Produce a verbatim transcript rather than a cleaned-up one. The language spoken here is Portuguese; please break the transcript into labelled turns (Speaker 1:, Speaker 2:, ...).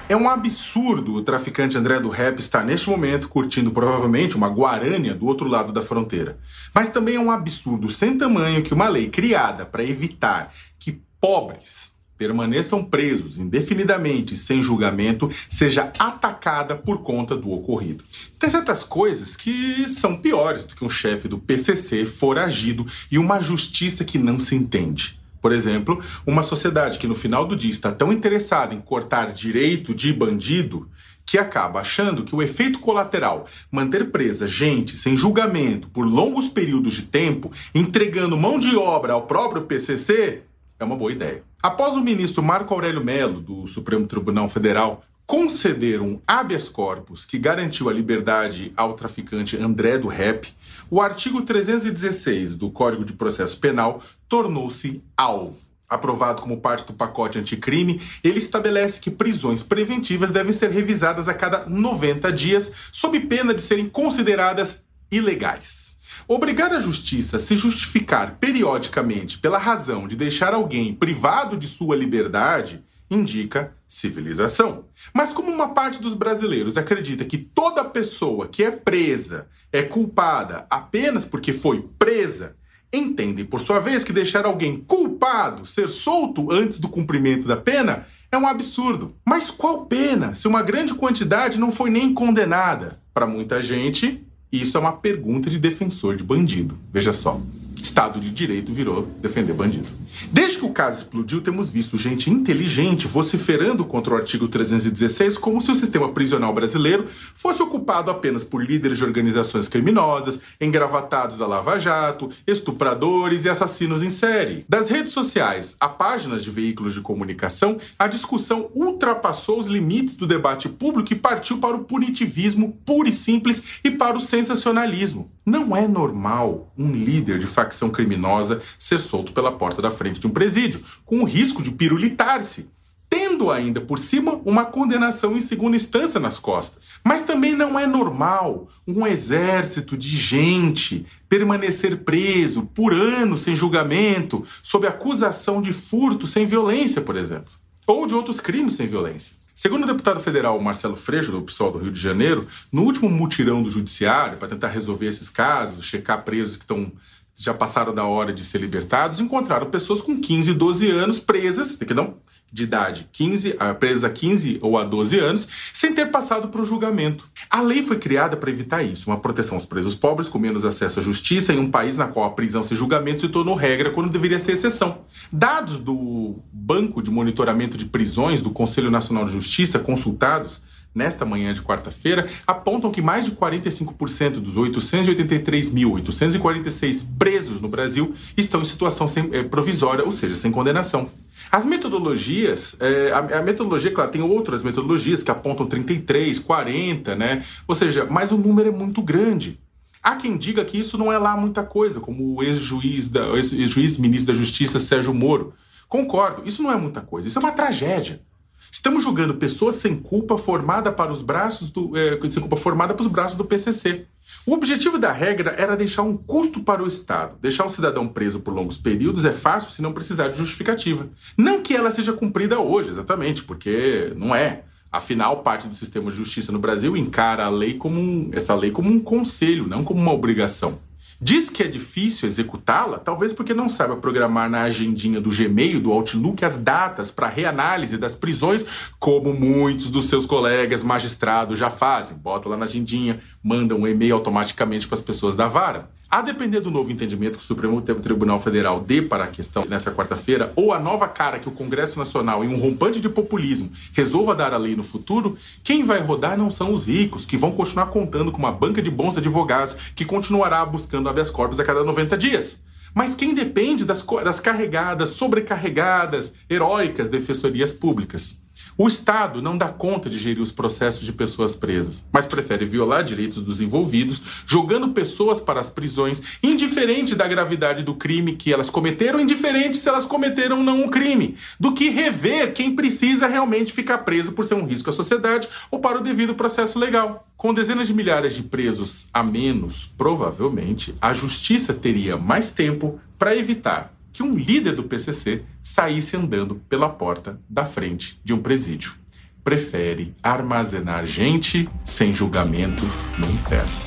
Speaker 1: É um absurdo o traficante André do Rap estar neste momento curtindo provavelmente uma guarânia do outro lado da fronteira. Mas também é um absurdo sem tamanho que uma lei criada para evitar que pobres permaneçam presos indefinidamente sem julgamento seja atacada por conta do ocorrido. Tem certas coisas que são piores do que um chefe do P C C foragido e uma justiça que não se entende. Por exemplo, uma sociedade que no final do dia está tão interessada em cortar direito de bandido que acaba achando que o efeito colateral, manter presa gente sem julgamento por longos períodos de tempo, entregando mão de obra ao próprio P C C, é uma boa ideia. Após o ministro Marco Aurélio Mello, do Supremo Tribunal Federal, conceder um habeas corpus que garantiu a liberdade ao traficante André do Rap, o artigo trezentos e dezesseis do Código de Processo Penal tornou-se alvo. Aprovado como parte do pacote anticrime, ele estabelece que prisões preventivas devem ser revisadas a cada noventa dias, sob pena de serem consideradas ilegais. Obrigar a justiça a se justificar periodicamente pela razão de deixar alguém privado de sua liberdade indica civilização. Mas como uma parte dos brasileiros acredita que toda pessoa que é presa é culpada apenas porque foi presa, entendem, por sua vez, que deixar alguém culpado ser solto antes do cumprimento da pena é um absurdo. Mas qual pena, se uma grande quantidade não foi nem condenada? Para muita gente, isso é uma pergunta de defensor de bandido. Veja só. Estado de Direito virou defender bandido. Desde que o caso explodiu, temos visto gente inteligente vociferando contra o artigo trezentos e dezesseis como se o sistema prisional brasileiro fosse ocupado apenas por líderes de organizações criminosas, engravatados da Lava Jato, estupradores e assassinos em série. Das redes sociais a páginas de veículos de comunicação, a discussão ultrapassou os limites do debate público e partiu para o punitivismo puro e simples e para o sensacionalismo. Não é normal um líder de facção criminosa ser solto pela porta da frente de um presídio, com o risco de pirulitar-se, tendo ainda por cima uma condenação em segunda instância nas costas. Mas também não é normal um exército de gente permanecer preso por anos sem julgamento, sob acusação de furto sem violência, por exemplo, ou de outros crimes sem violência. Segundo o deputado federal Marcelo Freixo, do PSOL do Rio de Janeiro, no último mutirão do judiciário para tentar resolver esses casos, checar presos que estão, já passaram da hora de ser libertados, encontraram pessoas com quinze, doze anos presas, que não, de idade quinze, presas a quinze ou a doze anos, sem ter passado por julgamento. A lei foi criada para evitar isso, uma proteção aos presos pobres com menos acesso à justiça em um país na qual a prisão sem julgamento se tornou regra quando deveria ser exceção. Dados do Banco de Monitoramento de Prisões do Conselho Nacional de Justiça, consultados nesta manhã de quarta-feira, apontam que mais de quarenta e cinco por cento dos oitocentos e oitenta e três mil oitocentos e quarenta e seis presos no Brasil estão em situação sem, é, provisória, ou seja, sem condenação. As metodologias, é, a, a metodologia, claro, tem outras metodologias que apontam trinta e três, quarenta, né? Ou seja, mas o número é muito grande. Há quem diga que isso não é lá muita coisa, como o ex-juiz, da, ex-juiz ministro da Justiça Sérgio Moro. Concordo, isso não é muita coisa, isso é uma tragédia. Estamos julgando pessoas sem culpa formada para os braços do, é, sem culpa formada para os braços do P C C. O objetivo da regra era deixar um custo para o Estado. Deixar um cidadão preso por longos períodos é fácil se não precisar de justificativa. Não que ela seja cumprida hoje, exatamente, porque não é. Afinal, parte do sistema de justiça no Brasil encara a lei como um, essa lei como um conselho, não como uma obrigação. Diz que é difícil executá-la, talvez porque não saiba programar na agendinha do Gmail, do Outlook, as datas para reanálise das prisões, como muitos dos seus colegas magistrados já fazem. Bota lá na agendinha, manda um e-mail automaticamente para as pessoas da vara. A depender do novo entendimento que o Supremo Tribunal Federal dê para a questão nessa quarta-feira, ou a nova cara que o Congresso Nacional, em um rompante de populismo, resolva dar à lei no futuro, quem vai rodar não são os ricos, que vão continuar contando com uma banca de bons advogados que continuará buscando habeas corpus a cada noventa dias. Mas quem depende das, das carregadas, sobrecarregadas, heróicas defensorias públicas? O Estado não dá conta de gerir os processos de pessoas presas, mas prefere violar direitos dos envolvidos, jogando pessoas para as prisões, indiferente da gravidade do crime que elas cometeram, indiferente se elas cometeram ou não um crime, do que rever quem precisa realmente ficar preso por ser um risco à sociedade ou para o devido processo legal. Com dezenas de milhares de presos a menos, provavelmente, a justiça teria mais tempo para evitar que um líder do P C C saísse andando pela porta da frente de um presídio. prefere armazenar gente sem julgamento no inferno.